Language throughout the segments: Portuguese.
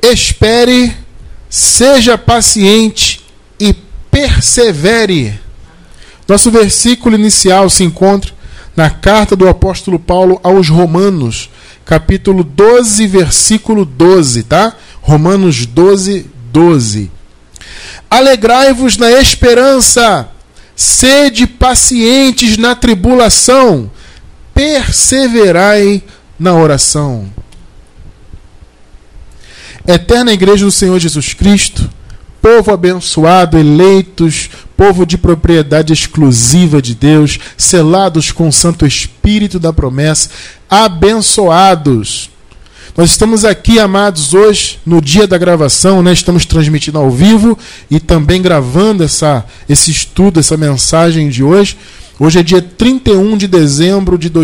espere, seja paciente e persevere. Nosso versículo inicial se encontra na carta do apóstolo Paulo aos Romanos, capítulo 12, versículo 12, tá? Romanos 12, 12. Alegrai-vos na esperança, sede pacientes na tribulação, perseverai na oração. Eterna Igreja do Senhor Jesus Cristo, povo abençoado, eleitos, povo de propriedade exclusiva de Deus, selados com o Santo Espírito da promessa, abençoados. Nós estamos aqui, amados, hoje, no dia da gravação, né? Estamos transmitindo ao vivo e também gravando esse estudo, essa mensagem de hoje. Hoje é dia 31 de dezembro de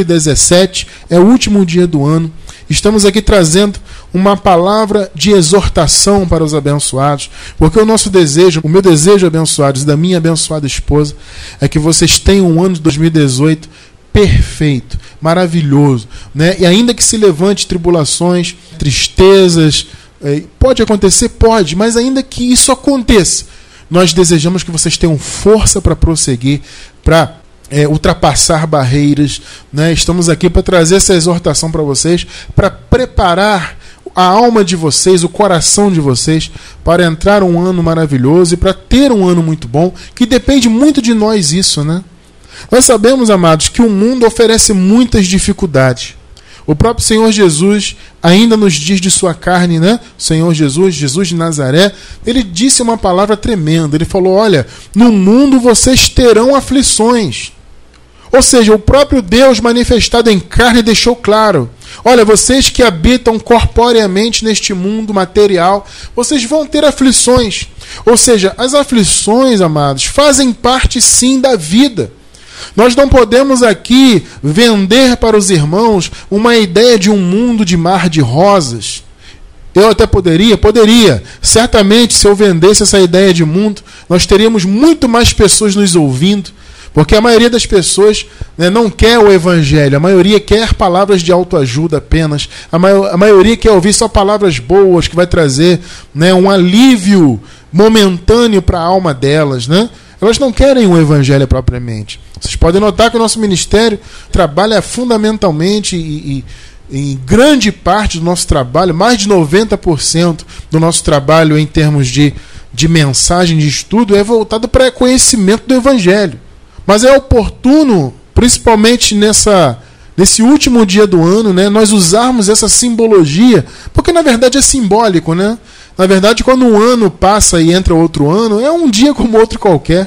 2017, é o último dia do ano. Estamos aqui trazendo uma palavra de exortação para os abençoados, porque o nosso desejo, o meu desejo, abençoados, e da minha abençoada esposa, é que vocês tenham um ano de 2018 perfeito, maravilhoso, né? E ainda que se levante tribulações, tristezas, pode acontecer? Pode, mas ainda que isso aconteça, nós desejamos que vocês tenham força para prosseguir, para ultrapassar barreiras, né? Estamos aqui para trazer essa exortação para vocês, para preparar a alma de vocês, o coração de vocês, para entrar um ano maravilhoso e para ter um ano muito bom, que depende muito de nós isso, né? Nós sabemos, amados, que o mundo oferece muitas dificuldades. O próprio Senhor Jesus, ainda nos dias de sua carne, né? Senhor Jesus, Jesus de Nazaré, ele disse uma palavra tremenda. Ele falou, olha, no mundo vocês terão aflições. Ou seja, o próprio Deus manifestado em carne deixou claro, olha, vocês que habitam corporeamente neste mundo material, vocês vão ter aflições. Ou seja, as aflições, amados, fazem parte sim da vida. Nós não podemos aqui vender para os irmãos uma ideia de um mundo de mar de rosas. Eu até poderia. Certamente, se eu vendesse essa ideia de mundo, nós teríamos muito mais pessoas nos ouvindo, porque a maioria das pessoas, né, não quer o evangelho, a maioria quer palavras de autoajuda apenas, a maioria quer ouvir só palavras boas, que vai trazer, né, um alívio momentâneo para a alma delas, né? Elas não querem o evangelho propriamente. Vocês podem notar que o nosso ministério trabalha fundamentalmente e em grande parte do nosso trabalho, mais de 90% do nosso trabalho em termos de mensagem, de estudo, é voltado para conhecimento do evangelho. Mas é oportuno, principalmente nesse último dia do ano, né, nós usarmos essa simbologia, porque na verdade é simbólico, né? Na verdade, quando um ano passa e entra outro ano, é um dia como outro qualquer.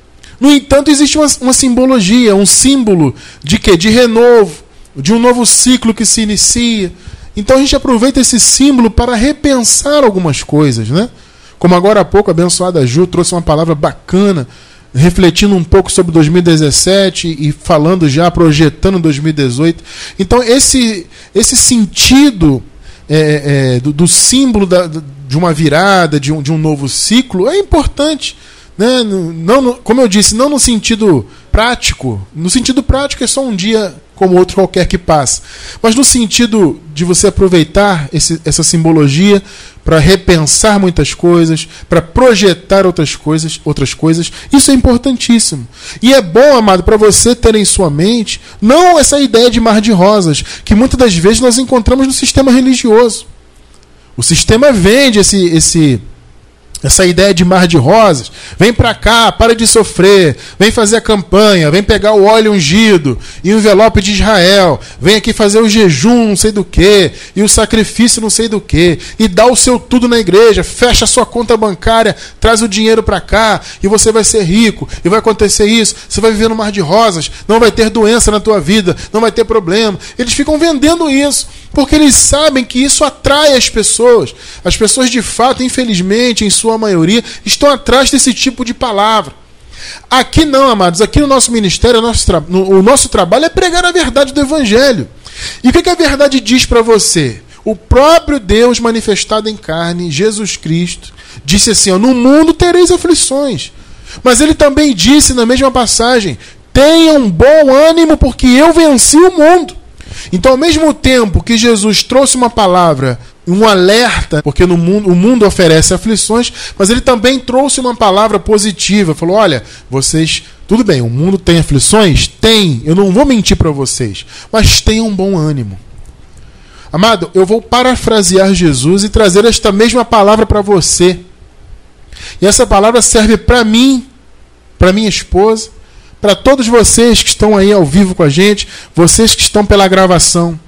No entanto, existe uma simbologia, um símbolo de quê? De renovo, de um novo ciclo que se inicia. Então a gente aproveita esse símbolo para repensar algumas coisas, né? Como agora há pouco a abençoada Ju trouxe uma palavra bacana, refletindo um pouco sobre 2017 e falando já, projetando 2018. Então esse sentido do símbolo de uma virada, de um novo ciclo, é importante, né? Não, como eu disse, não no sentido prático. No sentido prático é só um dia como outro qualquer que passa. Mas no sentido de você aproveitar essa simbologia para repensar muitas coisas, para projetar outras coisas, isso é importantíssimo. E é bom, amado, para você ter em sua mente não essa ideia de mar de rosas, que muitas das vezes nós encontramos no sistema religioso. O sistema vende essa ideia de mar de rosas. Vem para cá, para de sofrer, vem fazer a campanha, vem pegar o óleo ungido e o envelope de Israel, vem aqui fazer o jejum não sei do que, e o sacrifício não sei do que, e dá o seu tudo na igreja, fecha a sua conta bancária, traz o dinheiro para cá, e você vai ser rico, e vai acontecer isso, você vai viver no mar de rosas, não vai ter doença na tua vida, não vai ter problema. Eles ficam vendendo isso, porque eles sabem que isso atrai as pessoas. As pessoas de fato, infelizmente, em sua maioria, estão atrás desse tipo de palavra. Aqui não, amados, aqui no nosso ministério, o nosso trabalho é pregar a verdade do evangelho. E o que a verdade diz para você? O próprio Deus manifestado em carne, Jesus Cristo, disse assim, no mundo tereis aflições. Mas ele também disse na mesma passagem, tenham bom ânimo porque eu venci o mundo. Então, ao mesmo tempo que Jesus trouxe uma palavra um alerta, porque o mundo oferece aflições, mas ele também trouxe uma palavra positiva. Falou, olha, vocês, tudo bem, o mundo tem aflições? Tem, eu não vou mentir para vocês, mas tenham um bom ânimo. Amado, eu vou parafrasear Jesus e trazer esta mesma palavra para você. E essa palavra serve para mim, para minha esposa, para todos vocês que estão aí ao vivo com a gente, vocês que estão pela gravação.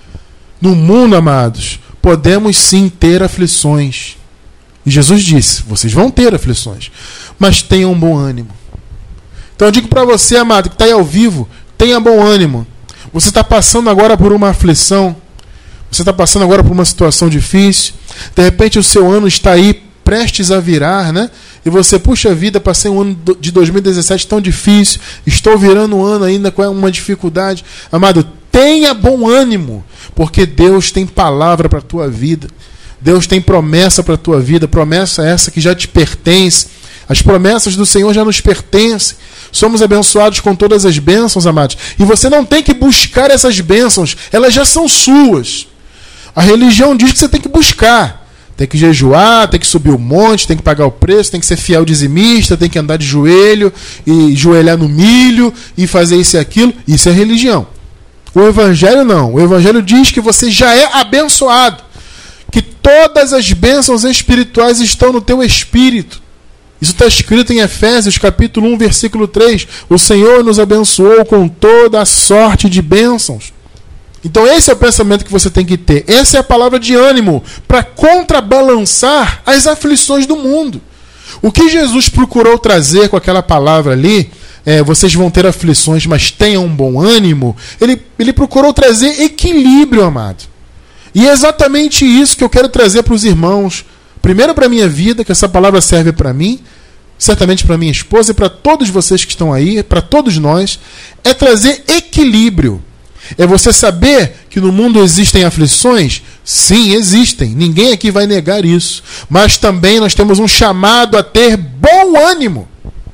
No mundo, amados, podemos sim ter aflições. E Jesus disse, vocês vão ter aflições, mas tenham um bom ânimo. Então eu digo para você, amado, que está aí ao vivo, tenha bom ânimo. Você está passando agora por uma aflição, você está passando agora por uma situação difícil, de repente o seu ano está aí prestes a virar, né? E você, puxa vida, passei um ano de 2017 tão difícil, estou virando um ano ainda com uma dificuldade. Amado, tenha bom ânimo, porque Deus tem palavra para a tua vida. Deus tem promessa para a tua vida, promessa essa que já te pertence. As promessas do Senhor já nos pertencem. Somos abençoados com todas as bênçãos, amados. E você não tem que buscar essas bênçãos, elas já são suas. A religião diz que você tem que buscar. Tem que jejuar, tem que subir o monte, tem que pagar o preço, tem que ser fiel dizimista, tem que andar de joelho e joelhar no milho e fazer isso e aquilo. Isso é religião. O Evangelho não. O Evangelho diz que você já é abençoado, que todas as bênçãos espirituais estão no teu espírito. Isso está escrito em Efésios capítulo 1, versículo 3. O Senhor nos abençoou com toda a sorte de bênçãos. Então esse é o pensamento que você tem que ter. Essa é a palavra de ânimo para contrabalançar as aflições do mundo. O que Jesus procurou trazer com aquela palavra ali, vocês vão ter aflições, mas tenham um bom ânimo, ele procurou trazer equilíbrio, amado. E é exatamente isso que eu quero trazer para os irmãos. Primeiro para a minha vida, que essa palavra serve para mim, certamente para minha esposa e para todos vocês que estão aí, para todos nós, é trazer equilíbrio. É você saber que no mundo existem aflições? Sim, existem. Ninguém aqui vai negar isso. Mas também nós temos um chamado a ter bom ânimo.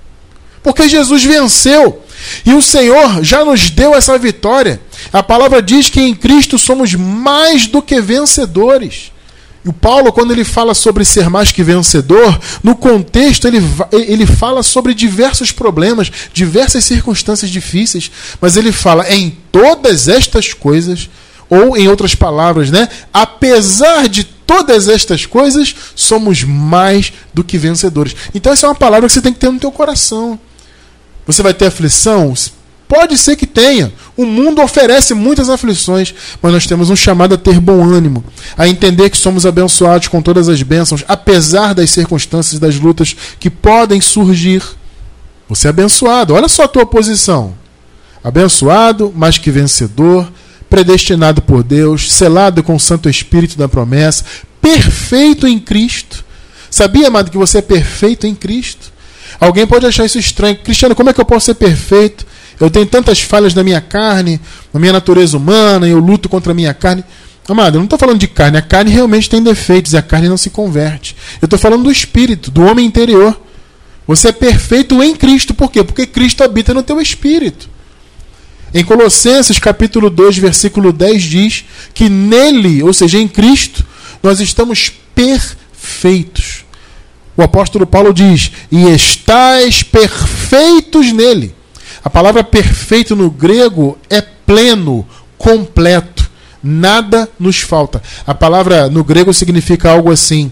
Porque Jesus venceu. E o Senhor já nos deu essa vitória. A palavra diz que em Cristo somos mais do que vencedores. E o Paulo, quando ele fala sobre ser mais que vencedor, no contexto ele fala sobre diversos problemas, diversas circunstâncias difíceis, mas ele fala em todas estas coisas, ou em outras palavras, né? Apesar de todas estas coisas, somos mais do que vencedores. Então essa é uma palavra que você tem que ter no teu coração. Você vai ter aflição? Pode ser que tenha. O mundo oferece muitas aflições, mas nós temos um chamado a ter bom ânimo, a entender que somos abençoados com todas as bênçãos, apesar das circunstâncias, das lutas que podem surgir. Você é abençoado. Olha só a tua posição. Abençoado, mais que vencedor, predestinado por Deus, selado com o Santo Espírito da promessa, perfeito em Cristo. Sabia, amado, que você é perfeito em Cristo? Alguém pode achar isso estranho. Cristiano, como é que eu posso ser perfeito? Eu tenho tantas falhas na minha carne, na minha natureza humana, eu luto contra a minha carne. Amado, eu não estou falando de carne. A carne realmente tem defeitos e a carne não se converte. Eu estou falando do espírito, do homem interior. Você é perfeito em Cristo. Por quê? Porque Cristo habita no teu espírito. Em Colossenses capítulo 2, versículo 10 diz que nele, ou seja, em Cristo, nós estamos perfeitos. O apóstolo Paulo diz, e estais perfeitos nele. A palavra perfeito no grego é pleno, completo. Nada nos falta. A palavra no grego significa algo assim,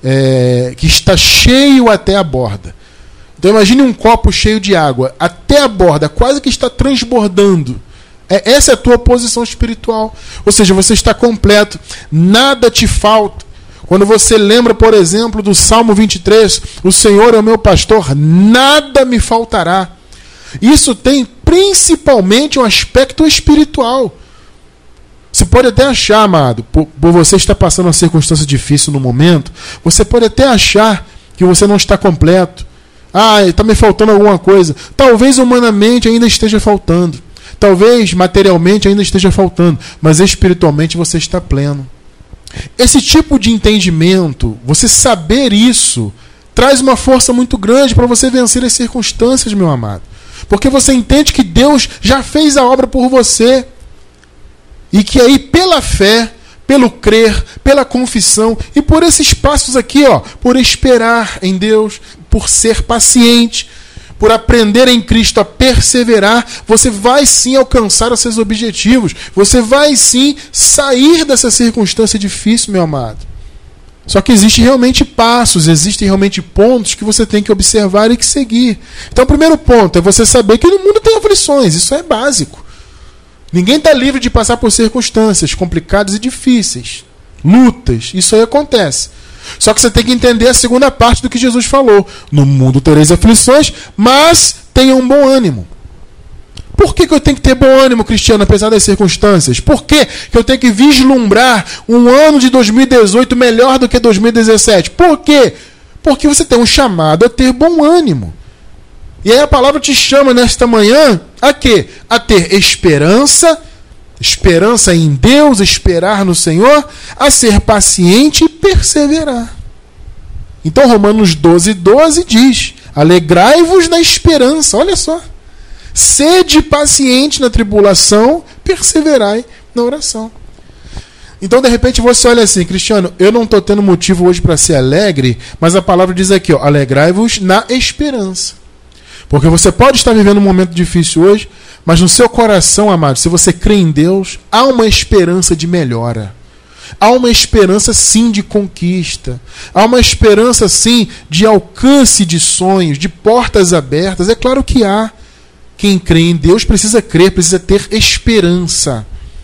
que está cheio até a borda. Então imagine um copo cheio de água, até a borda, quase que está transbordando. Essa é a tua posição espiritual. Ou seja, você está completo, nada te falta. Quando você lembra, por exemplo, do Salmo 23, o Senhor é o meu pastor, nada me faltará. Isso tem principalmente um aspecto espiritual. Você pode até achar, amado, por você estar passando uma circunstância difícil no momento, você pode até achar que você não está completo. Está me faltando alguma coisa. Talvez humanamente ainda esteja faltando. Talvez materialmente ainda esteja faltando. Mas espiritualmente você está pleno. Esse tipo de entendimento, você saber isso, traz uma força muito grande para você vencer as circunstâncias, meu amado. Porque você entende que Deus já fez a obra por você. E que aí, pela fé, pelo crer, pela confissão e por esses passos aqui, ó, por esperar em Deus, por ser paciente, por aprender em Cristo a perseverar, você vai sim alcançar os seus objetivos. Você vai sim sair dessa circunstância difícil, meu amado. Só que existem realmente passos, existem realmente pontos que você tem que observar e que seguir. Então o primeiro ponto é você saber que no mundo tem aflições, isso é básico. Ninguém está livre de passar por circunstâncias complicadas e difíceis. Lutas, isso aí acontece. Só que você tem que entender a segunda parte do que Jesus falou. No mundo tereis aflições, mas tenham bom ânimo. Por que eu tenho que ter bom ânimo, Cristiano, apesar das circunstâncias? Por que eu tenho que vislumbrar um ano de 2018 melhor do que 2017? Por quê? Porque você tem um chamado a ter bom ânimo. E aí a palavra te chama nesta manhã a quê? A ter esperança, esperança em Deus, esperar no Senhor, a ser paciente e perseverar. Então Romanos 12:12 diz: alegrai-vos na esperança. Olha só. Sede paciente na tribulação, perseverai na oração. Então, de repente, você olha assim: Cristiano, eu não estou tendo motivo hoje para ser alegre, mas a palavra diz aqui, ó, alegrai-vos na esperança. Porque você pode estar vivendo um momento difícil hoje, mas no seu coração, amado, se você crê em Deus, há uma esperança de melhora. Há uma esperança, sim, de conquista. Há uma esperança, sim, de alcance de sonhos, de portas abertas. É claro que há. Quem crê em Deus precisa crer, precisa ter esperança.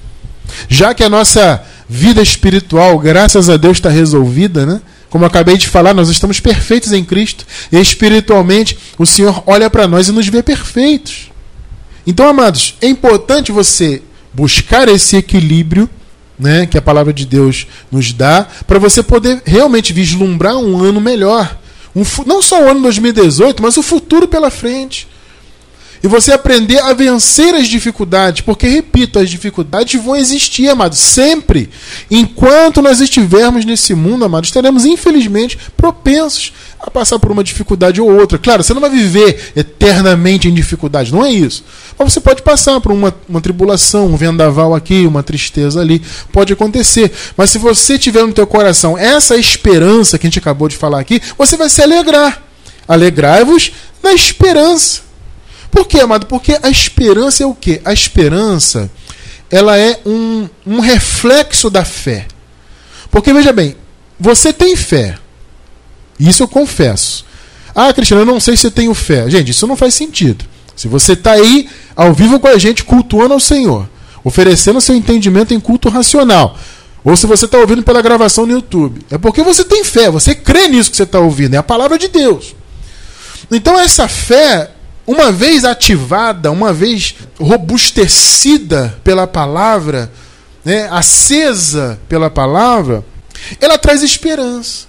Já que a nossa vida espiritual, graças a Deus, está resolvida, né? Como eu acabei de falar, nós estamos perfeitos em Cristo. E espiritualmente, o Senhor olha para nós e nos vê perfeitos. Então, amados, é importante você buscar esse equilíbrio, né, que a palavra de Deus nos dá, para você poder realmente vislumbrar um ano melhor. Não só o ano 2018, mas o futuro pela frente. E você aprender a vencer as dificuldades, porque, repito, as dificuldades vão existir, amado, sempre. Enquanto nós estivermos nesse mundo, amado, estaremos, infelizmente, propensos a passar por uma dificuldade ou outra. Claro, você não vai viver eternamente em dificuldade, não é isso. Mas você pode passar por uma tribulação, um vendaval aqui, uma tristeza ali, pode acontecer. Mas se você tiver no teu coração essa esperança que a gente acabou de falar aqui, você vai se alegrar. Alegrai-vos na esperança. Por quê, amado? Porque a esperança é o quê? A esperança, ela é um reflexo da fé. Porque, veja bem, você tem fé. Isso eu confesso. Ah, Cristiano, eu não sei se eu tenho fé. Gente, isso não faz sentido. Se você está aí, ao vivo com a gente, cultuando ao Senhor, oferecendo seu entendimento em culto racional, ou se você está ouvindo pela gravação no YouTube, é porque você tem fé, você crê nisso que você está ouvindo, é a palavra de Deus. Então essa fé, uma vez ativada, uma vez robustecida pela palavra, né, acesa pela palavra, ela traz esperança.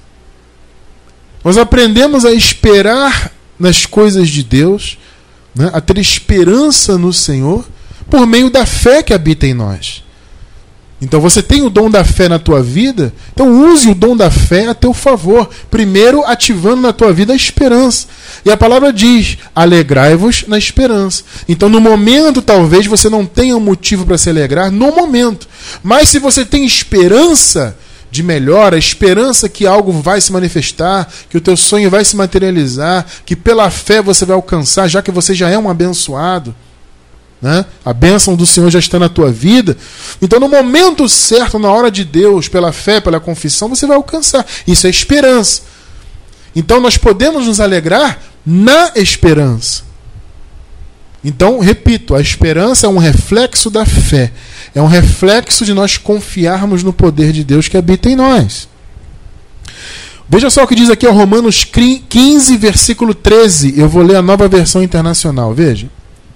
Nós aprendemos a esperar nas coisas de Deus, né, a ter esperança no Senhor, por meio da fé que habita em nós. Então você tem o dom da fé na tua vida, então use o dom da fé a teu favor, primeiro ativando na tua vida a esperança. E a palavra diz, alegrai-vos na esperança. Então no momento talvez você não tenha um motivo para se alegrar, no momento. Mas se você tem esperança de melhora, esperança que algo vai se manifestar, que o teu sonho vai se materializar, que pela fé você vai alcançar, já que você já é um abençoado, né? A bênção do Senhor já está na tua vida. Então no momento certo, na hora de Deus, pela fé, pela confissão, você vai alcançar. Isso é esperança. Então nós podemos nos alegrar na esperança. Então, repito, a esperança é um reflexo da fé. É um reflexo de nós confiarmos no poder de Deus que habita em nós. Veja só o que diz aqui, Romanos 15, versículo 13. Eu vou ler a Nova Versão Internacional, veja.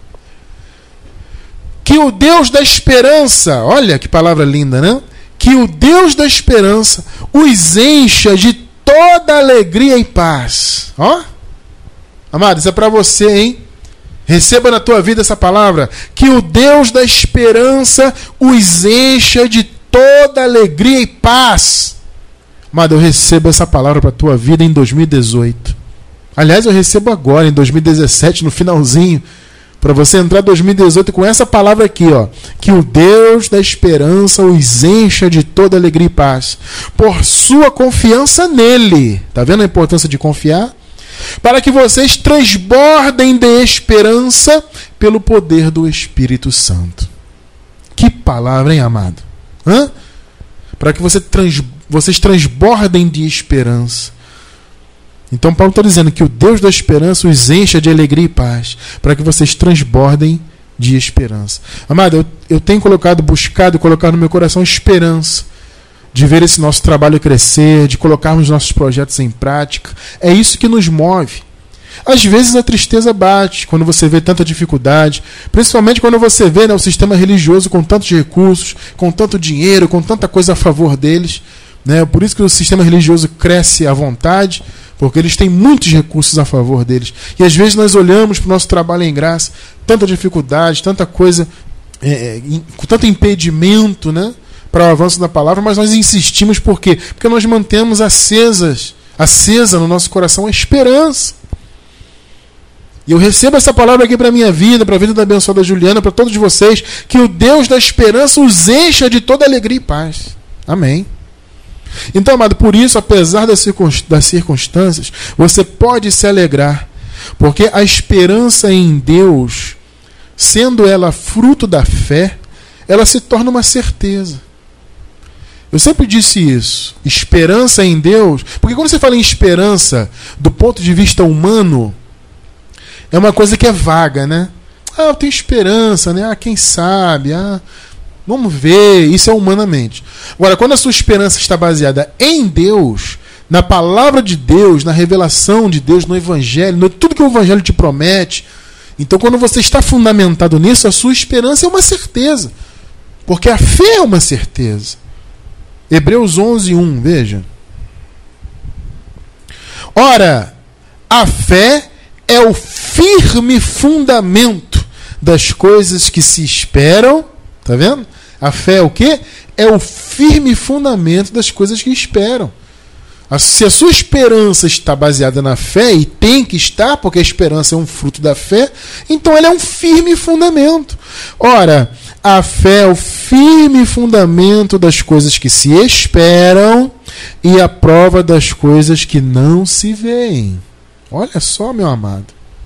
Que o Deus da esperança, olha que palavra linda, né? Que o Deus da esperança os encha de toda alegria e paz. Ó, amado, isso é para você, hein? Receba na tua vida essa palavra. Que o Deus da esperança os encha de toda alegria e paz. Amado, eu recebo essa palavra para a tua vida em 2018. Aliás, eu recebo agora, em 2017, no finalzinho. Para você entrar em 2018 com essa palavra aqui, ó, que o Deus da esperança os encha de toda alegria e paz, por sua confiança nele. Tá vendo a importância de confiar? Para que vocês transbordem de esperança pelo poder do Espírito Santo. Que palavra, hein, amado? Para que vocês transbordem de esperança. Então Paulo está dizendo que o Deus da esperança os encha de alegria e paz, para que vocês transbordem de esperança. Amado, eu tenho buscado colocar no meu coração esperança de ver esse nosso trabalho crescer, de colocarmos nossos projetos em prática. É isso que nos move. Às vezes a tristeza bate quando você vê tanta dificuldade, principalmente quando você vê, né, o sistema religioso com tantos recursos, com tanto dinheiro, com tanta coisa a favor deles. Né? Por isso que o sistema religioso cresce à vontade, porque eles têm muitos recursos a favor deles. E às vezes nós olhamos para o nosso trabalho em graça, tanta dificuldade, tanta coisa, com tanto impedimento, né, para o avanço da palavra, mas nós insistimos por quê? Porque nós mantemos acesa no nosso coração a esperança. E eu recebo essa palavra aqui para a minha vida, para a vida da abençoada Juliana, para todos vocês, que o Deus da esperança os encha de toda alegria e paz. Amém. Então, amado, por isso, apesar das circunstâncias, você pode se alegrar, porque a esperança em Deus, sendo ela fruto da fé, ela se torna uma certeza. Eu sempre disse isso, esperança em Deus, porque quando você fala em esperança do ponto de vista humano, é uma coisa que é vaga, né? Eu tenho esperança, né? Quem sabe? Vamos ver, isso é humanamente. Agora, quando a sua esperança está baseada em Deus, na palavra de Deus, na revelação de Deus, no Evangelho, tudo que o Evangelho te promete, então quando você está fundamentado nisso, a sua esperança é uma certeza. Porque a fé é uma certeza. Hebreus 11:1, veja. Ora, a fé é o firme fundamento das coisas que se esperam. Tá vendo? A fé é o quê? É o firme fundamento das coisas que esperam. Se a sua esperança está baseada na fé, e tem que estar, porque a esperança é um fruto da fé, então ela é um firme fundamento. Ora, a fé é o firme fundamento das coisas que se esperam e a prova das coisas que não se veem. Olha só, meu amado.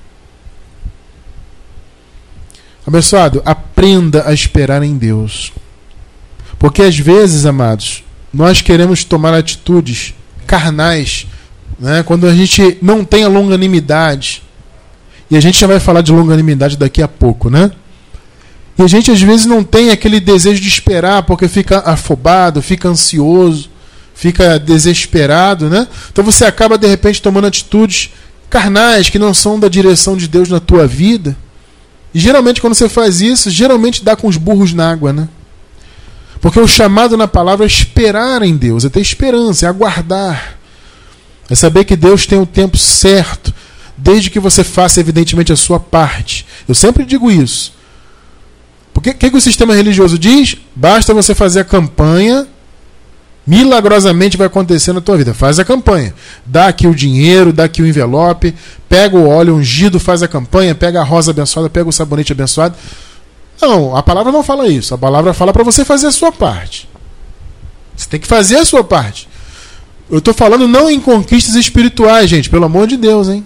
Abençoado, aprenda a esperar em Deus. Porque às vezes, amados, nós queremos tomar atitudes carnais, né, quando a gente não tem a longanimidade. E a gente já vai falar de longanimidade daqui a pouco, né? E a gente às vezes não tem aquele desejo de esperar, porque fica afobado, fica ansioso, fica desesperado, né? Então você acaba de repente tomando atitudes carnais que não são da direção de Deus na tua vida. E geralmente quando você faz isso, geralmente dá com os burros na água, né? Porque o chamado na palavra é esperar em Deus, é ter esperança, é aguardar. É saber que Deus tem o tempo certo, desde que você faça evidentemente a sua parte. Eu sempre digo isso. Porque o que o sistema religioso diz? Basta você fazer a campanha, milagrosamente vai acontecer na tua vida. Faz a campanha. Dá aqui o dinheiro, dá aqui o envelope, pega o óleo ungido, faz a campanha, pega a rosa abençoada, pega o sabonete abençoado. Não, a palavra não fala isso. A palavra fala para você fazer a sua parte. Você tem que fazer a sua parte. Eu estou falando não em conquistas espirituais, gente. Pelo amor de Deus, hein?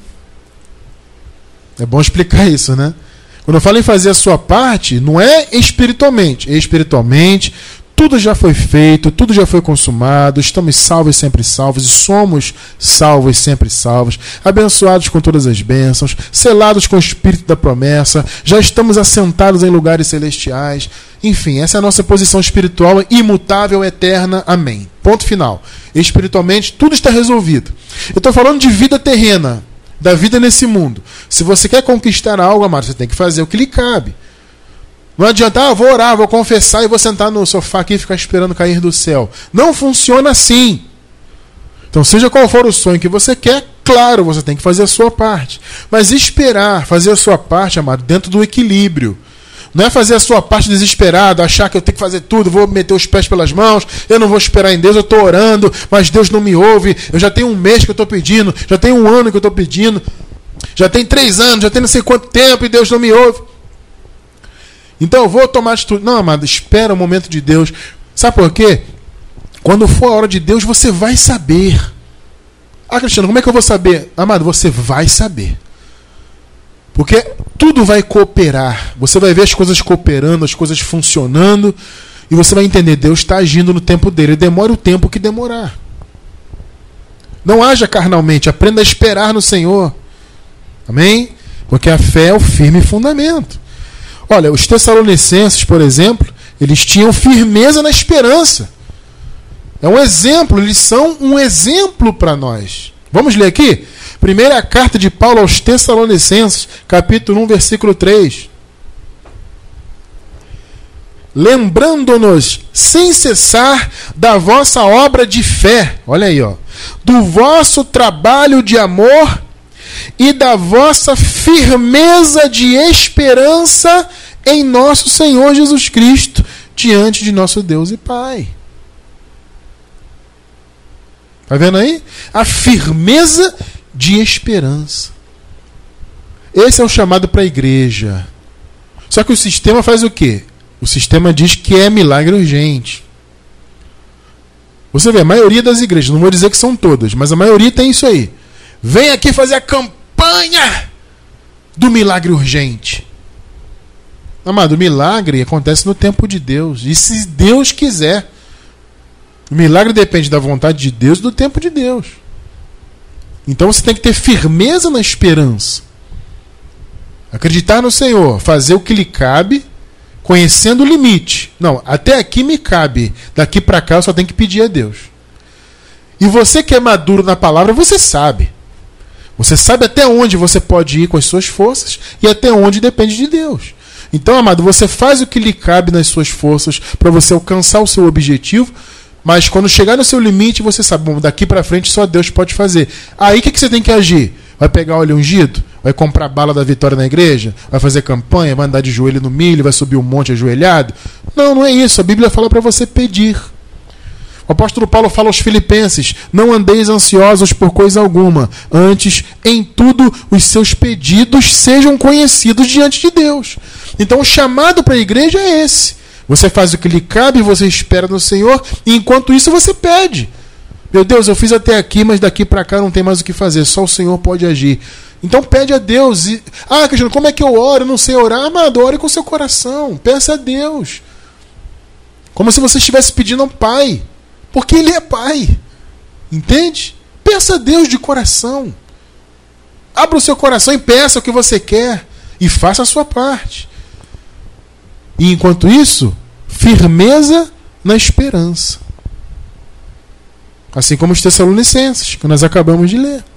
É bom explicar isso, né? Quando eu falo em fazer a sua parte, não é espiritualmente. É espiritualmente, tudo já foi feito, tudo já foi consumado, estamos salvos e sempre salvos, e somos salvos e sempre salvos, abençoados com todas as bênçãos, selados com o Espírito da promessa, já estamos assentados em lugares celestiais. Enfim, essa é a nossa posição espiritual, imutável, eterna. Amém. Ponto final. Espiritualmente, tudo está resolvido. Eu estou falando de vida terrena, da vida nesse mundo. Se você quer conquistar algo, amado, você tem que fazer o que lhe cabe. Não adianta, vou orar, vou confessar e vou sentar no sofá aqui e ficar esperando cair do céu. Não funciona assim. Então, seja qual for o sonho que você quer, claro, você tem que fazer a sua parte. Mas esperar, fazer a sua parte, amado, dentro do equilíbrio. Não é fazer a sua parte desesperado, achar que eu tenho que fazer tudo, vou meter os pés pelas mãos, eu não vou esperar em Deus, eu estou orando, mas Deus não me ouve, eu já tenho um mês que eu estou pedindo, já tenho um ano que eu estou pedindo, já tem 3 anos, já tem não sei quanto tempo e Deus não me ouve. Então eu vou tomar atitude. Não, amado, espera o momento de Deus. Sabe por quê? Quando for a hora de Deus, você vai saber. Ah, Cristiano, como é que eu vou saber? Amado, você vai saber. Porque tudo vai cooperar. Você vai ver as coisas cooperando, as coisas funcionando, e você vai entender, Deus está agindo no tempo dele. Demora o tempo que demorar. Não haja carnalmente, aprenda a esperar no Senhor. Amém? Porque a fé é o firme fundamento. Olha, os Tessalonicenses, por exemplo, eles tinham firmeza na esperança. É um exemplo, eles são um exemplo para nós. Vamos ler aqui? Primeira carta de Paulo aos Tessalonicenses, capítulo 1, versículo 3. Lembrando-nos sem cessar da vossa obra de fé, olha aí, ó, do vosso trabalho de amor e da vossa firmeza de esperança em nosso Senhor Jesus Cristo, diante de nosso Deus e Pai. Está vendo aí? A firmeza de esperança. Esse é o chamado para a igreja. Só que o sistema faz o quê? O sistema diz que é milagre urgente. Você vê, a maioria das igrejas, não vou dizer que são todas, mas a maioria tem isso aí. Vem aqui fazer a campanha do milagre urgente. Amado, o milagre acontece no tempo de Deus. E se Deus quiser. O milagre depende da vontade de Deus e do tempo de Deus. Então você tem que ter firmeza na esperança. Acreditar no Senhor, fazer o que lhe cabe, conhecendo o limite. Não, até aqui me cabe. Daqui para cá eu só tenho que pedir a Deus. E você que é maduro na palavra, você sabe. Você sabe até onde você pode ir com as suas forças e até onde depende de Deus. Então, amado, você faz o que lhe cabe nas suas forças para você alcançar o seu objetivo, mas quando chegar no seu limite, você sabe, bom, daqui para frente só Deus pode fazer. Aí o que você tem que agir? Vai pegar óleo ungido? Vai comprar bala da vitória na igreja? Vai fazer campanha? Vai andar de joelho no milho? Vai subir um monte ajoelhado? Não, não é isso. A Bíblia fala para você pedir. O apóstolo Paulo fala aos Filipenses: não andeis ansiosos por coisa alguma, antes, em tudo, os seus pedidos sejam conhecidos diante de Deus. Então o chamado para a igreja é esse. Você faz o que lhe cabe, você espera no Senhor, e enquanto isso você pede. Meu Deus, eu fiz até aqui, mas daqui para cá não tem mais o que fazer, só o Senhor pode agir. Então pede a Deus. Ah, Cristiano, como é que eu oro? Eu não sei orar. Amado, ore com o seu coração, peça a Deus. Como se você estivesse pedindo ao Pai. Porque Ele é Pai. Entende? Peça a Deus de coração. Abra o seu coração e peça o que você quer. E faça a sua parte. E enquanto isso, firmeza na esperança. Assim como os Tessalonicenses, que nós acabamos de ler.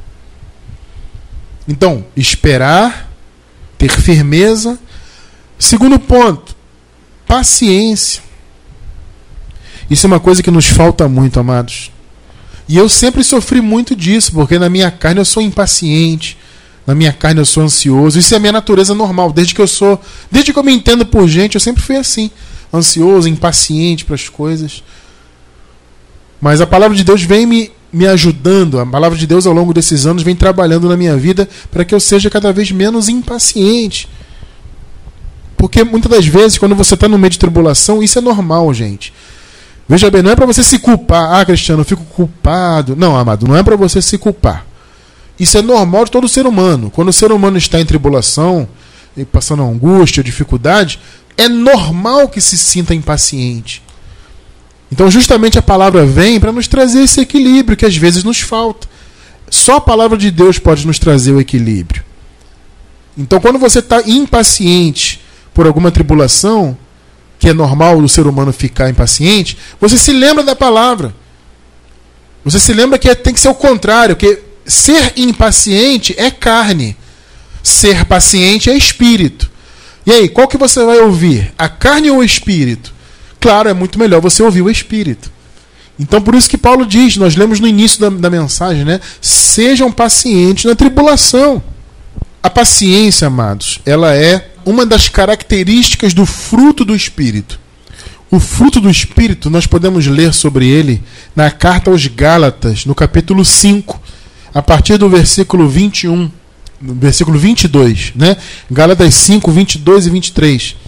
Então, esperar, ter firmeza. Segundo ponto, paciência. Isso é uma coisa que nos falta muito, amados. E eu sempre sofri muito disso, porque na minha carne eu sou impaciente, na minha carne eu sou ansioso. Isso é a minha natureza normal. Desde que eu me entendo por gente, eu sempre fui assim. Ansioso, impaciente para as coisas. Mas a palavra de Deus vem me ajudando. A palavra de Deus ao longo desses anos vem trabalhando na minha vida para que eu seja cada vez menos impaciente. Porque muitas das vezes, quando você está no meio de tribulação, isso é normal, gente. Veja bem, não é para você se culpar. Ah, Cristiano, eu fico culpado. Não, amado, não é para você se culpar. Isso é normal de todo ser humano. Quando o ser humano está em tribulação, passando angústia, dificuldade, é normal que se sinta impaciente. Então justamente a palavra vem para nos trazer esse equilíbrio que às vezes nos falta. Só a palavra de Deus pode nos trazer o equilíbrio. Então quando você está impaciente por alguma tribulação, que é normal do ser humano ficar impaciente, você se lembra da palavra. Você se lembra que tem que ser o contrário, que ser impaciente é carne, ser paciente é espírito. E aí, qual que você vai ouvir? A carne ou o espírito? Claro, é muito melhor você ouvir o espírito. Então por isso que Paulo diz, nós lemos no início da mensagem, né? Sejam pacientes na tribulação. A paciência, amados, ela é uma das características do fruto do Espírito. O fruto do Espírito, nós podemos ler sobre ele na carta aos Gálatas, no capítulo 5, a partir do versículo 21, no versículo 22, né? Gálatas 5, 22 e 23.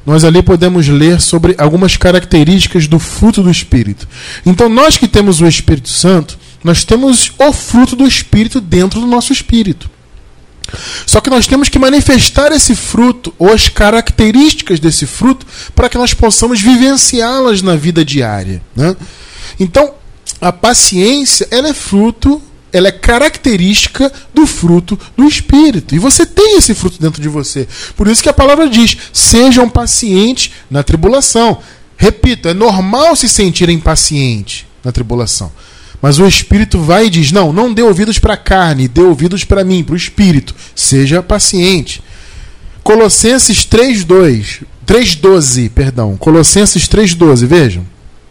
nós ali podemos ler sobre algumas características do fruto do Espírito. Então, nós que temos o Espírito Santo, nós temos o fruto do Espírito dentro do nosso espírito. Só que nós temos que manifestar esse fruto, ou as características desse fruto, para que nós possamos vivenciá-las na vida diária, né? Então, a paciência, ela é fruto, ela é característica do fruto do Espírito. E você tem esse fruto dentro de você. Por isso que a palavra diz, sejam pacientes na tribulação. Repito, é normal se sentir impaciente na tribulação. Mas o Espírito vai e diz, não dê ouvidos para a carne, dê ouvidos para mim, para o Espírito. Seja paciente. Colossenses 3:12, Colossenses 3:12, vejam.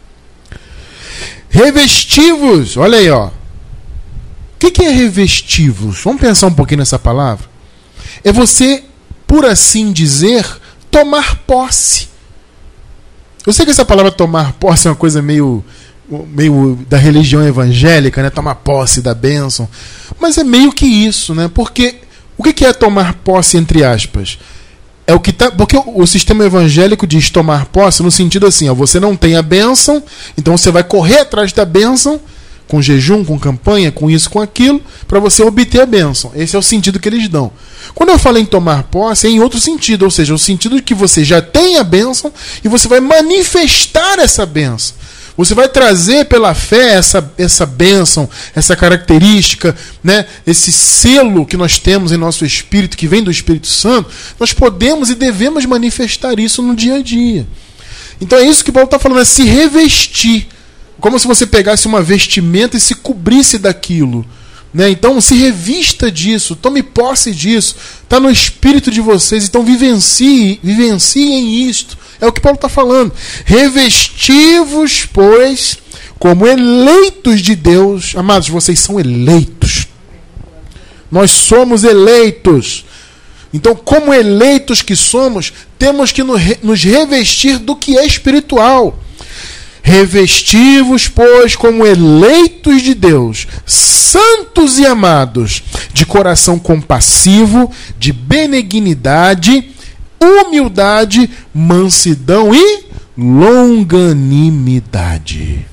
Revestivos, olha aí, ó. O que é revestivos? Vamos pensar um pouquinho nessa palavra. É você, por assim dizer, tomar posse. Eu sei que essa palavra tomar posse é uma coisa meio da religião evangélica, né? Tomar posse da bênção. Mas é meio que isso, né? Porque o que é tomar posse, entre aspas? É o que porque o sistema evangélico diz tomar posse no sentido assim, ó, você não tem a bênção, então você vai correr atrás da bênção, com jejum, com campanha, com isso, com aquilo, para você obter a bênção. Esse é o sentido que eles dão. Quando eu falo em tomar posse, é em outro sentido, ou seja, o sentido de que você já tem a bênção e você vai manifestar essa bênção. Você vai trazer pela fé essa bênção, essa característica, né, esse selo que nós temos em nosso espírito, que vem do Espírito Santo, nós podemos e devemos manifestar isso no dia a dia. Então é isso que Paulo está falando, é se revestir. Como se você pegasse uma vestimenta e se cobrisse daquilo, né? Então se revista disso, tome posse disso, está no espírito de vocês, então vivenciem isto. É o que Paulo está falando. Revestivos, pois, como eleitos de Deus. Amados, vocês são eleitos. Nós somos eleitos. Então, como eleitos que somos, temos que nos revestir do que é espiritual. Revestivos, pois, como eleitos de Deus, santos e amados, de coração compassivo, de benignidade, humildade, mansidão e longanimidade.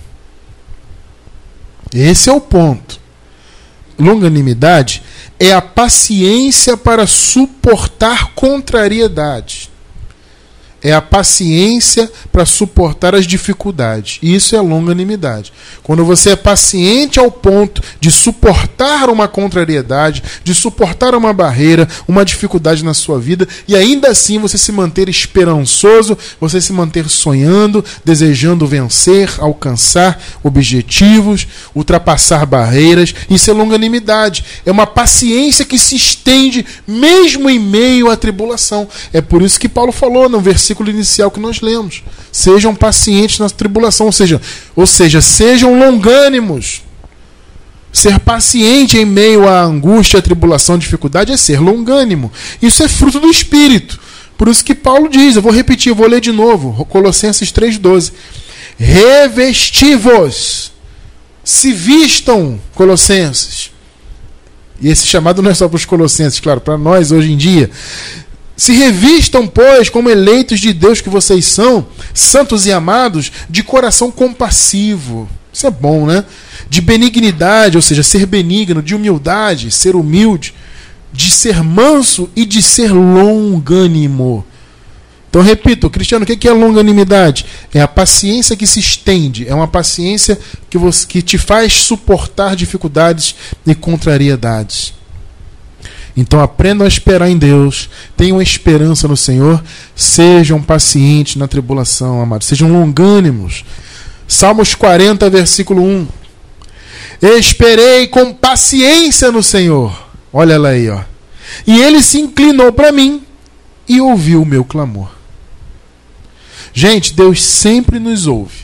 Esse é o ponto. Longanimidade é a paciência para suportar contrariedade. É a paciência para suportar as dificuldades. E isso é longanimidade. Quando você é paciente ao ponto de suportar uma contrariedade, de suportar uma barreira, uma dificuldade na sua vida, e ainda assim você se manter esperançoso, você se manter sonhando, desejando vencer, alcançar objetivos, ultrapassar barreiras. Isso é longanimidade. É uma paciência que se estende mesmo em meio à tribulação. É por isso que Paulo falou no versículo inicial que nós lemos. Sejam pacientes na tribulação, ou seja, sejam longânimos. Ser paciente em meio à angústia, à tribulação, à dificuldade é ser longânimo. Isso é fruto do Espírito. Por isso que Paulo diz, eu vou repetir, eu vou ler de novo, Colossenses 3:12. Revestivos, se vistam, Colossenses. E esse chamado não é só para os colossenses, claro, para nós hoje em dia. Se revistam, pois, como eleitos de Deus que vocês são, santos e amados, de coração compassivo. Isso é bom, né? De benignidade, ou seja, ser benigno, de humildade, ser humilde, de ser manso e de ser longânimo. Então, repito, Cristiano, o que é longanimidade? É a paciência que se estende, é uma paciência que te faz suportar dificuldades e contrariedades. Então aprendam a esperar em Deus, tenham esperança no Senhor, sejam pacientes na tribulação, amados, sejam longânimos. Salmos 40, versículo 1. Esperei com paciência no Senhor. Olha lá aí, ó. E ele se inclinou para mim e ouviu o meu clamor. Gente, Deus sempre nos ouve.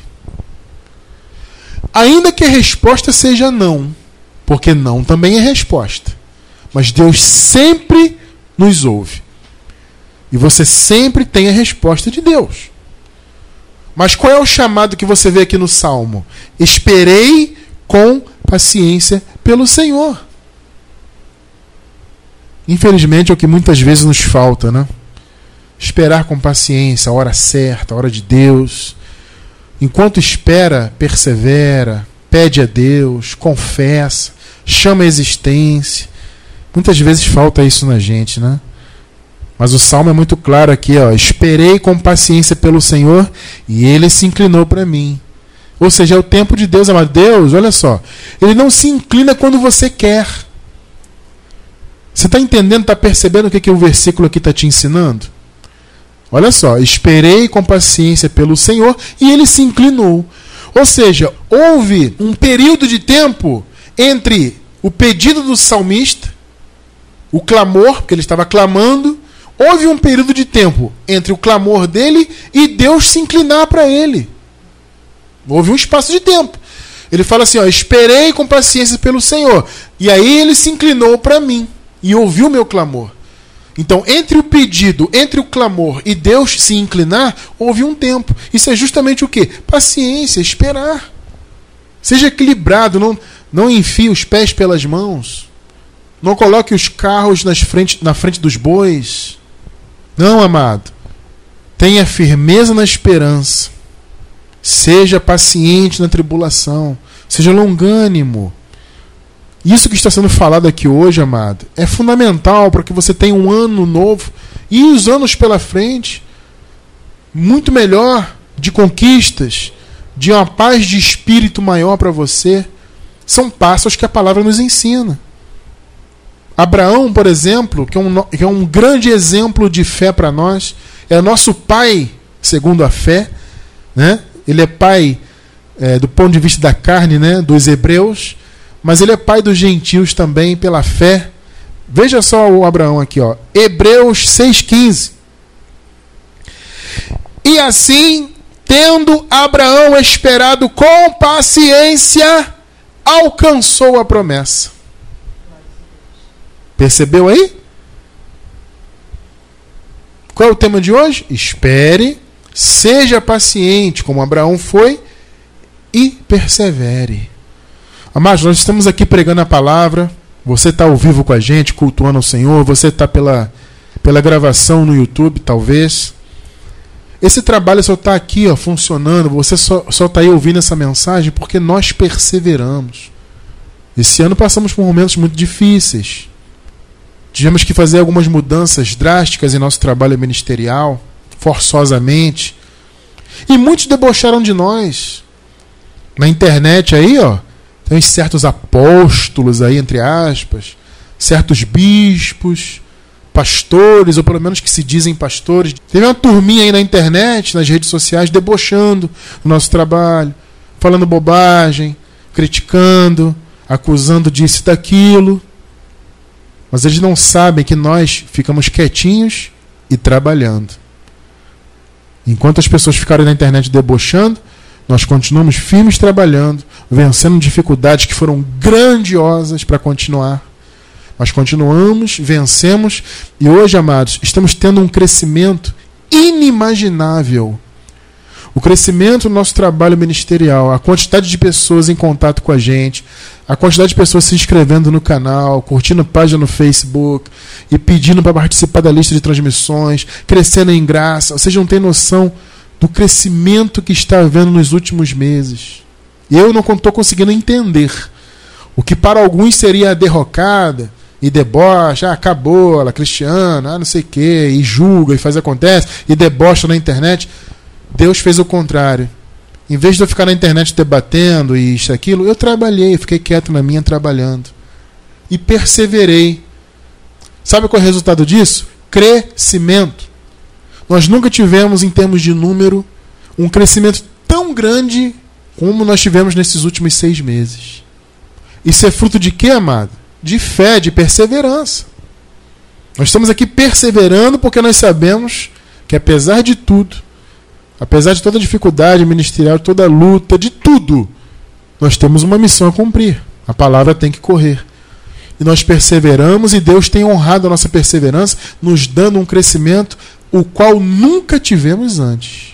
Ainda que a resposta seja não, porque não também é resposta. Mas Deus sempre nos ouve. E você sempre tem a resposta de Deus. Mas qual é o chamado que você vê aqui no Salmo? Esperei com paciência pelo Senhor. Infelizmente é o que muitas vezes nos falta, né? Esperar com paciência, a hora certa, a hora de Deus. Enquanto espera, persevera, pede a Deus, confessa, chama a existência. Muitas vezes falta isso na gente, né? Mas o Salmo é muito claro aqui, ó. Esperei com paciência pelo Senhor e Ele se inclinou para mim. Ou seja, é o tempo de Deus, amado. Deus, olha só, Ele não se inclina quando você quer. Você está entendendo, está percebendo o que o versículo aqui está te ensinando? Olha só, esperei com paciência pelo Senhor e Ele se inclinou. Ou seja, houve um período de tempo entre o pedido do salmista, o clamor, porque ele estava clamando, houve um período de tempo entre o clamor dele e Deus se inclinar para ele. Houve um espaço de tempo. Ele fala assim, ó, esperei com paciência pelo Senhor. E aí Ele se inclinou para mim e ouviu o meu clamor. Então, entre o pedido, entre o clamor e Deus se inclinar, houve um tempo. Isso é justamente o quê? Paciência, esperar. Seja equilibrado, não enfie os pés pelas mãos. Não coloque os carros na frente dos bois. Não, amado. Tenha firmeza na esperança. Seja paciente na tribulação. Seja longânimo. Isso que está sendo falado aqui hoje, amado, é fundamental para que você tenha um ano novo e os anos pela frente muito melhor, de conquistas, de uma paz de espírito maior para você. São passos que a palavra nos ensina. Abraão, por exemplo, que é um grande exemplo de fé para nós, é nosso pai, segundo a fé, né? Ele é pai do ponto de vista da carne, né? Dos hebreus, mas ele é pai dos gentios também pela fé. Veja só o Abraão aqui, ó. Hebreus 6,15. E assim, tendo Abraão esperado com paciência, alcançou a promessa. Percebeu aí? Qual é o tema de hoje? Espere, seja paciente, como Abraão foi, e persevere. Amados, nós estamos aqui pregando a palavra. Você está ao vivo com a gente, cultuando ao Senhor. Você está pela gravação no YouTube, talvez. Esse trabalho só está aqui, ó, funcionando. Você só está aí ouvindo essa mensagem porque nós perseveramos. Esse ano passamos por momentos muito difíceis. Tivemos que fazer algumas mudanças drásticas em nosso trabalho ministerial, forçosamente. E muitos debocharam de nós. Na internet aí, ó, tem certos apóstolos aí, entre aspas, certos bispos, pastores, ou pelo menos que se dizem pastores. Teve uma turminha aí na internet, nas redes sociais, debochando do nosso trabalho, falando bobagem, criticando, acusando disso e daquilo. Mas eles não sabem que nós ficamos quietinhos e trabalhando. Enquanto as pessoas ficaram na internet debochando, nós continuamos firmes trabalhando, vencendo dificuldades que foram grandiosas para continuar. Nós continuamos, vencemos, e hoje, amados, estamos tendo um crescimento inimaginável. O crescimento do nosso trabalho ministerial, a quantidade de pessoas em contato com a gente, a quantidade de pessoas se inscrevendo no canal, curtindo página no Facebook e pedindo para participar da lista de transmissões, crescendo em graça. Vocês não têm noção do crescimento que está havendo nos últimos meses. Eu não estou conseguindo entender o que para alguns seria a derrocada e debocha, acabou, ela cristiana, não sei o quê, e julga, e faz acontece, e debocha na internet. Deus fez o contrário. Em vez de eu ficar na internet debatendo e isso, aquilo, eu trabalhei, fiquei quieto na minha trabalhando. E perseverei. Sabe qual é o resultado disso? Crescimento. Nós nunca tivemos, em termos de número, um crescimento tão grande como nós tivemos nesses últimos 6 meses. Isso é fruto de quê, amado? De fé, de perseverança. Nós estamos aqui perseverando porque nós sabemos que, apesar de tudo, apesar de toda a dificuldade ministerial, toda a luta, de tudo, nós temos uma missão a cumprir. A palavra tem que correr. E nós perseveramos e Deus tem honrado a nossa perseverança, nos dando um crescimento o qual nunca tivemos antes.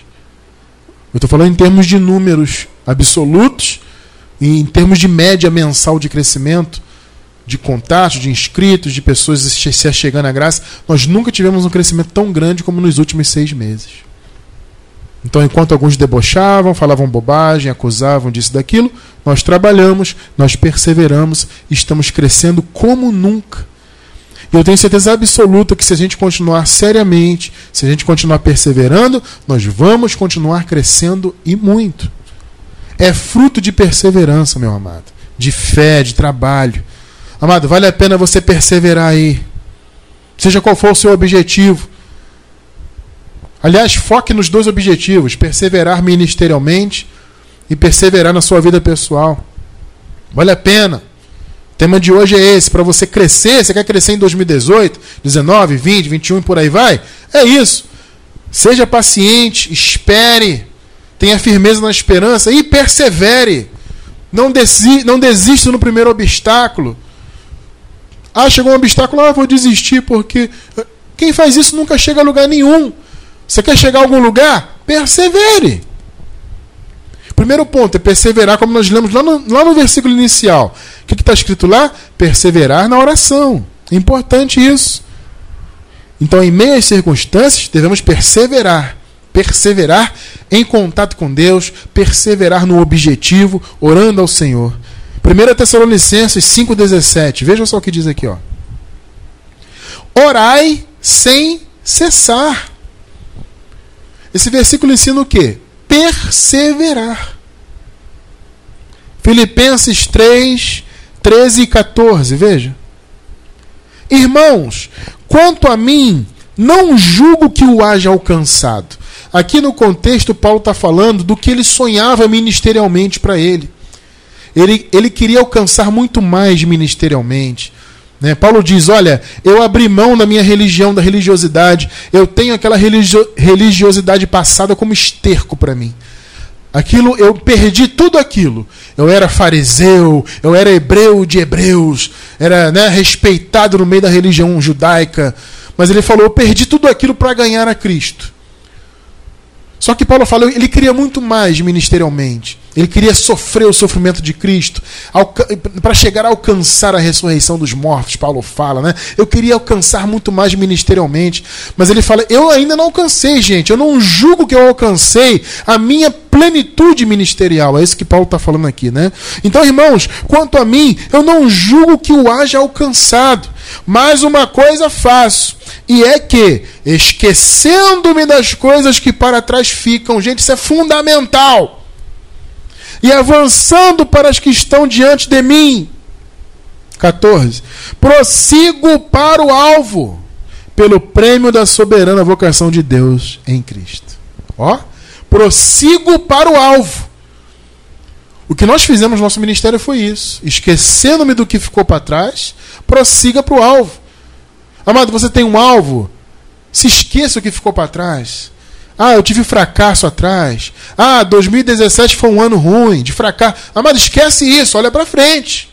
Eu estou falando em termos de números absolutos e em termos de média mensal de crescimento. de contatos, de inscritos, de pessoas se achegando à graça, nós nunca tivemos um crescimento tão grande como nos últimos 6 meses. Então, enquanto alguns debochavam, falavam bobagem, acusavam disso e daquilo, nós trabalhamos, nós perseveramos, estamos crescendo como nunca. E eu tenho certeza absoluta que se a gente continuar seriamente, se a gente continuar perseverando, nós vamos continuar crescendo e muito. É fruto de perseverança, meu amado, de fé, de trabalho. Amado, vale a pena você perseverar aí, seja qual for o seu objetivo. Aliás, foque nos 2 objetivos: perseverar ministerialmente e perseverar na sua vida pessoal. Vale a pena. O tema de hoje é esse: para você crescer. Você quer crescer em 2018, 19, 20, 21 e por aí vai? É isso. Seja paciente, espere, tenha firmeza na esperança e persevere. Não desista no primeiro obstáculo. Chegou um obstáculo, vou desistir, porque quem faz isso nunca chega a lugar nenhum. Você quer chegar a algum lugar? Persevere. Primeiro ponto é perseverar, como nós lemos lá no versículo inicial. O que está escrito lá? Perseverar na oração. É importante isso. Então, em meio às circunstâncias, devemos perseverar. Perseverar em contato com Deus, perseverar no objetivo, orando ao Senhor. 1 Tessalonicenses 5,17. Veja só o que diz aqui. Orai sem cessar. Esse versículo ensina o quê? Perseverar. Filipenses 3, 13 e 14. Veja. Irmãos, quanto a mim, não julgo que o haja alcançado. Aqui no contexto, Paulo está falando do que ele sonhava ministerialmente para ele. Ele queria alcançar muito mais ministerialmente. Paulo diz, olha, eu abri mão da minha religião, da religiosidade. Eu tenho aquela religiosidade passada como esterco para mim. Eu perdi tudo aquilo. Eu era fariseu, eu era hebreu de hebreus, era respeitado no meio da religião judaica. Mas ele falou, eu perdi tudo aquilo para ganhar a Cristo. Só que Paulo falou, ele queria muito mais ministerialmente. Ele queria sofrer o sofrimento de Cristo para chegar a alcançar a ressurreição dos mortos, Paulo fala, Eu queria alcançar muito mais ministerialmente. Mas ele fala, eu ainda não alcancei, gente. Eu não julgo que eu alcancei a minha plenitude ministerial. É isso que Paulo está falando aqui, Então, irmãos, quanto a mim, eu não julgo que o haja alcançado. Mas uma coisa faço, e é que, esquecendo-me das coisas que para trás ficam, gente, isso é fundamental, e avançando para as que estão diante de mim, 14, prossigo para o alvo, pelo prêmio da soberana vocação de Deus em Cristo. Prossigo para o alvo. O que nós fizemos no nosso ministério foi isso. Esquecendo-me do que ficou para trás, prossiga para o alvo. Amado, você tem um alvo? Se esqueça o que ficou para trás. Eu tive fracasso atrás. 2017 foi um ano ruim, de fracasso. Amado, esquece isso, olha para frente.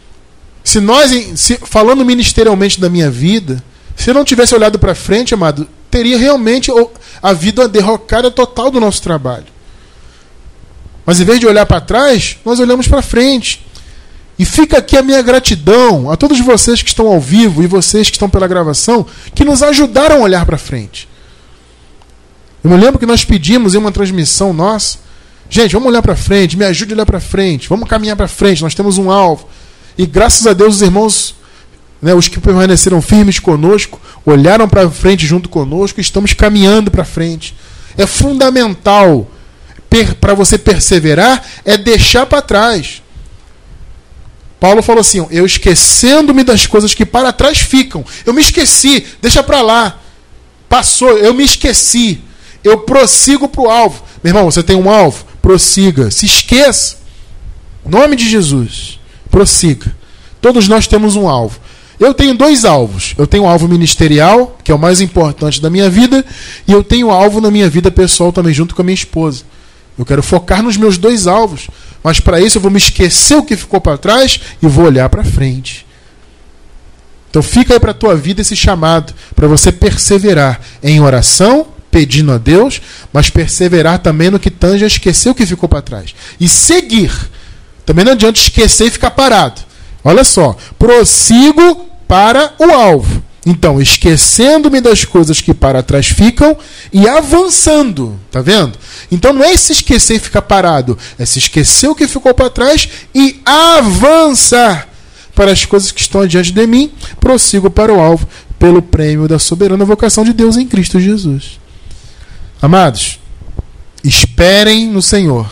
Falando ministerialmente da minha vida, se eu não tivesse olhado para frente, amado, teria realmente havido a derrocada total do nosso trabalho. Mas em vez de olhar para trás, nós olhamos para frente. E fica aqui a minha gratidão a todos vocês que estão ao vivo e vocês que estão pela gravação, que nos ajudaram a olhar para frente. Eu me lembro que nós pedimos em uma transmissão nossa, gente, vamos olhar para frente, me ajude a olhar para frente, vamos caminhar para frente, nós temos um alvo. E graças a Deus os irmãos, os que permaneceram firmes conosco, olharam para frente junto conosco e estamos caminhando para frente. É fundamental para você perseverar, é deixar para trás. Paulo falou assim, eu esquecendo-me das coisas que para trás ficam. Eu me esqueci, deixa para lá. Passou, eu me esqueci. Eu prossigo para o alvo. Meu irmão, você tem um alvo? Prossiga. Se esqueça. Em nome de Jesus. Prossiga. Todos nós temos um alvo. Eu tenho 2 alvos. Eu tenho um alvo ministerial, que é o mais importante da minha vida, e eu tenho um alvo na minha vida pessoal também, junto com a minha esposa. Eu quero focar nos meus 2 alvos. Mas para isso eu vou me esquecer o que ficou para trás e vou olhar para frente. Então fica aí para a tua vida esse chamado, para você perseverar em oração, pedindo a Deus, mas perseverar também no que tange a esquecer o que ficou para trás. E seguir. Também não adianta esquecer e ficar parado. Olha só, prossigo para o alvo. Então, esquecendo-me das coisas que para trás ficam e avançando. Tá vendo? Então não é se esquecer e ficar parado. É se esquecer o que ficou para trás e avançar para as coisas que estão diante de mim. Prossigo para o alvo pelo prêmio da soberana vocação de Deus em Cristo Jesus. Amados, esperem no Senhor.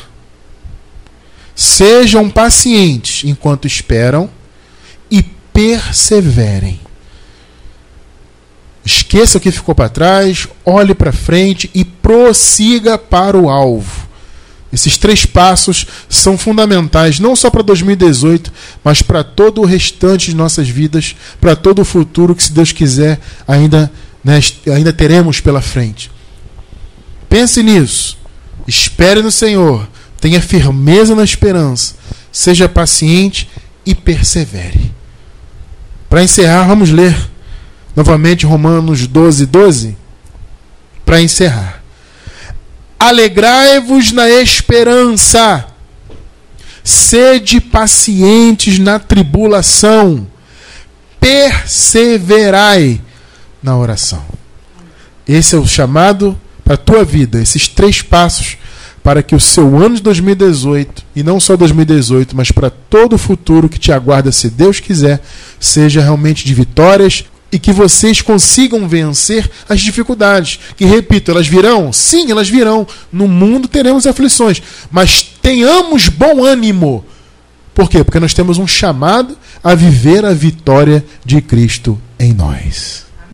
Sejam pacientes enquanto esperam e perseverem. Esqueça o que ficou para trás, olhe para frente e prossiga para o alvo. Esses 3 passos são fundamentais, não só para 2018, mas para todo o restante de nossas vidas, para todo o futuro que, se Deus quiser, ainda teremos pela frente. Pense nisso. Espere no Senhor. Tenha firmeza na esperança. Seja paciente e persevere. Para encerrar, vamos ler novamente Romanos 12:12, para encerrar. Alegrai-vos na esperança, sede pacientes na tribulação, perseverai na oração. Esse é o chamado para a tua vida, esses 3 passos para que o seu ano de 2018, e não só 2018, mas para todo o futuro que te aguarda, se Deus quiser, seja realmente de vitórias, e que vocês consigam vencer as dificuldades. Que, repito, elas virão? Sim, elas virão. No mundo teremos aflições. Mas tenhamos bom ânimo. Por quê? Porque nós temos um chamado a viver a vitória de Cristo em nós.